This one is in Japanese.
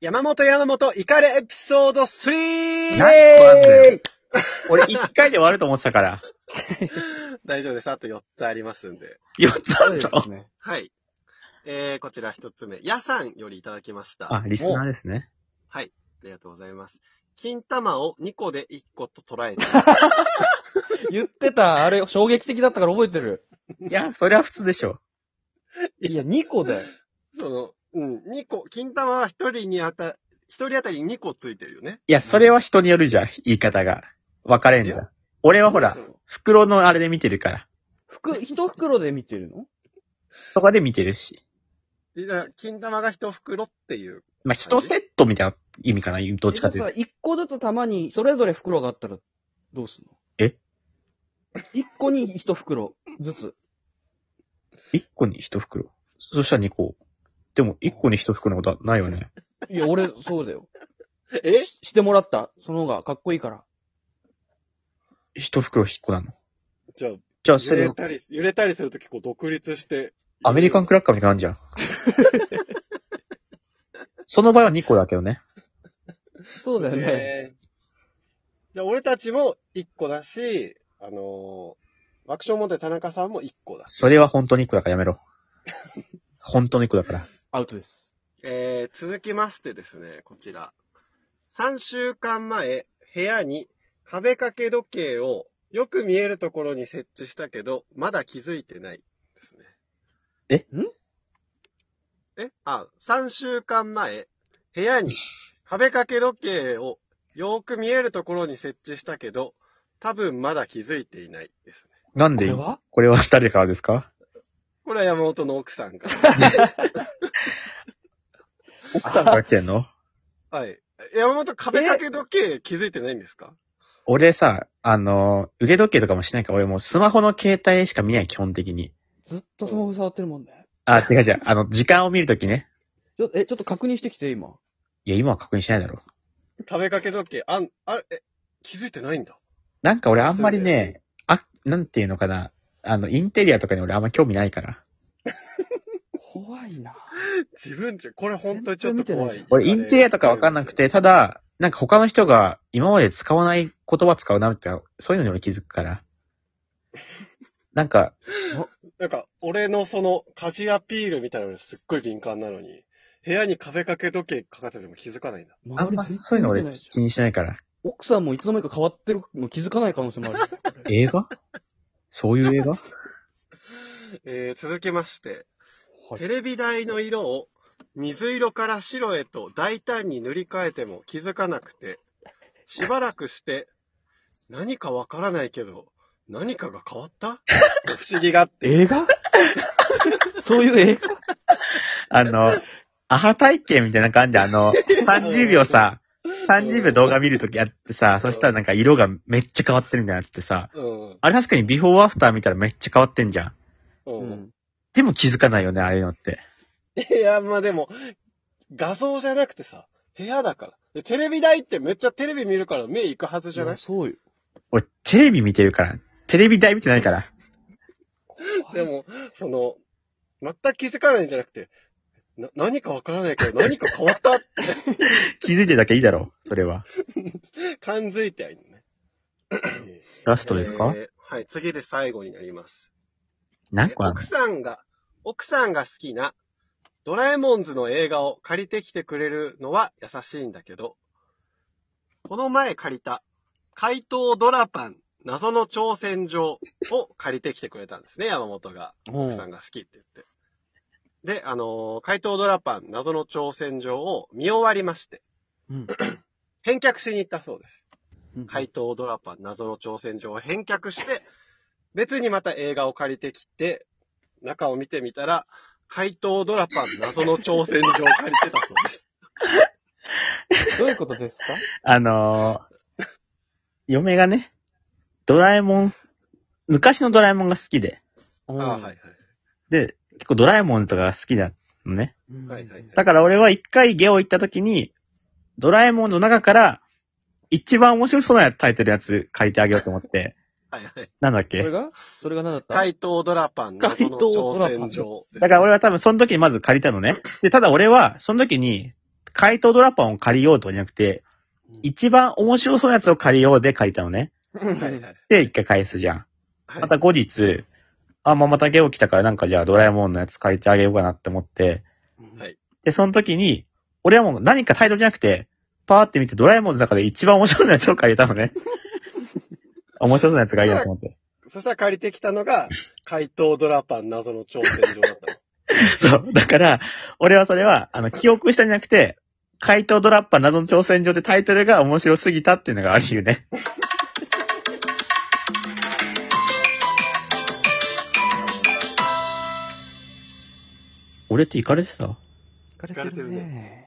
山本イカレエピソード 3! 何個あんだよ。俺1回で終わると思ってたから。 大丈夫です。あと4つありますんで。 4つあるのですね。 はい。こちら1つ目。やさんよりいただきました。 あ、リスナーですね。 はい。ありがとうございます。金玉を2個で1個と捉えて。 言ってた。あれ、衝撃的だったから覚えてる。 いや、それは普通でしょ。 いや、2個だよ。 2個、金玉は1人当たり2個ついてるよね。 いや、それは人によるじゃん、言い方が。分かれんじゃん。俺はほら、袋のあれで見てるから。 一袋で見てるの？ とかで見てるし。 金玉が1袋っていう。 まあ、1セットみたいな意味かな、どっちかというと。 1個ずつ玉にそれぞれ袋があったらどうすんの？ え ?1 個に1袋ずつ。 1個に1袋。そしたら2個。でも、1個に1袋のことはないよね。 いや、俺、そうだよ。 えしてもらった。その方がかっこいいから。 1袋1個なの。 じゃあ、 それ、 揺れたりすると結構独立して。 アメリカンクラッカーみたいなのあんじゃん。その場合は2個だけどね。 そうだよね。 じゃあ、俺たちも1個だし、爆笑問題田中さんも1個だし。 それは本当に1個だからやめろ。本当に1個だから。 アウトです。 続きましてですね、こちら。3週間前、部屋に壁掛け時計をよく見えるところに設置したけど、まだ気づいてないですね。3週間前、部屋に壁掛け時計をよく見えるところに設置したけど、多分まだ気づいていないですね。 なんでこれは誰からですか？ これは山本の奥さんから。 奥さんから来てんの？ はい。山本、壁掛け時計気づいてないんですか？ 俺さ、腕時計とかもしないから、俺もうスマホの携帯しか見ない、基本的に。 ずっとスマホ触ってるもんね。 あ、違う。時間を見るときね。 ちょっと確認してきて、今。 いや、今は確認しないだろ。 壁掛け時計、気づいてないんだ。 なんか俺あんまりね、なんていうのかな。インテリアとかに俺あんま興味ないから。 怖いな。 これ本当にちょっと怖い。 俺インテリアとかわかんなくて、ただ、なんか他の人が今まで使わない言葉使うなって、そういうのに俺気づくから。なんか、 俺のその、家事アピールみたいなのすっごい敏感なのに、部屋に壁掛け時計かかってても気づかないんだ。 あんまそういうの俺気にしないから。 奥さんもいつの間にか変わってるの気づかない可能性もある。 映画？そういう映画？ 続きまして、テレビ台の色を水色から白へと大胆に塗り替えても気づかなくて、しばらくして何かわからないけど、何かが変わった不思議があって。 映画そういう映画アハ体験みたいな感じで30秒さ、30秒動画見るときあってさ、そしたらなんか色がめっちゃ変わってるみたいなやつってさ、あれ確かにビフォーアフター見たらめっちゃ変わってんじゃん。でも気づかないよね、ああいうのって。 いや、まあでも、画像じゃなくてさ、部屋だから。テレビ台ってめっちゃテレビ見るから目行くはずじゃない？ そうよ。 俺、テレビ見てるから。テレビ台見てないから。 でも、全く気づかないんじゃなくて、何かわからないけど何か変わったって気づいてるだけいいだろう、それは。 感づいてはいるね。 ラストですか？ はい、次で最後になります。 何個あるの？ 奥さんが好きなドラえもんズの映画を借りてきてくれるのは優しいんだけど、この前借りた怪盗ドラパン謎の挑戦状を借りてきてくれたんですね、山本が。奥さんが好きって言って。で、怪盗ドラパン謎の挑戦状を見終わりまして、返却しに行ったそうです。怪盗ドラパン謎の挑戦状を返却して、別にまた映画を借りてきて、中を見てみたら、怪盗ドラパン謎の挑戦状を借りてたそうです。 どういうことですか？ 嫁がね、昔のドラえもんが好きで。 はいはい。 で、結構ドラえもんとかが好きなのね。 はいはい。 だから俺は一回ゲオ行った時に、ドラえもんの中から、一番面白そうなタイトルのやつ書いてあげようと思って。 はいはい。 なんだっけ？ それが何だった？ 怪盗ドラパン謎の挑戦状。 だから俺は多分その時にまず借りたのね。で、ただ俺は、その時に、 怪盗ドラパンを借りようとかじゃなくて、一番面白そうなやつを借りようで借りたのね。 はいはい。 で、一回返すじゃん。 はいまた後日、ママタケ起きたからなんかじゃあドラえもんのやつ借りてあげようかなって思って、 はい。 で、その時に、俺はもう何かタイトルじゃなくて、パーって見てドラえもんの中で一番面白いやつを借りたのね。面白そうなやつがいいなと思って。 そしたら借りてきたのが、怪盗ドラパン謎の挑戦状だったの。 そう。だから、俺はそれは、記憶したんじゃなくて、怪盗ドラッパー謎の挑戦状ってタイトルが面白すぎたっていうのがあるよね。俺ってイカれてた？ 行かれてるね。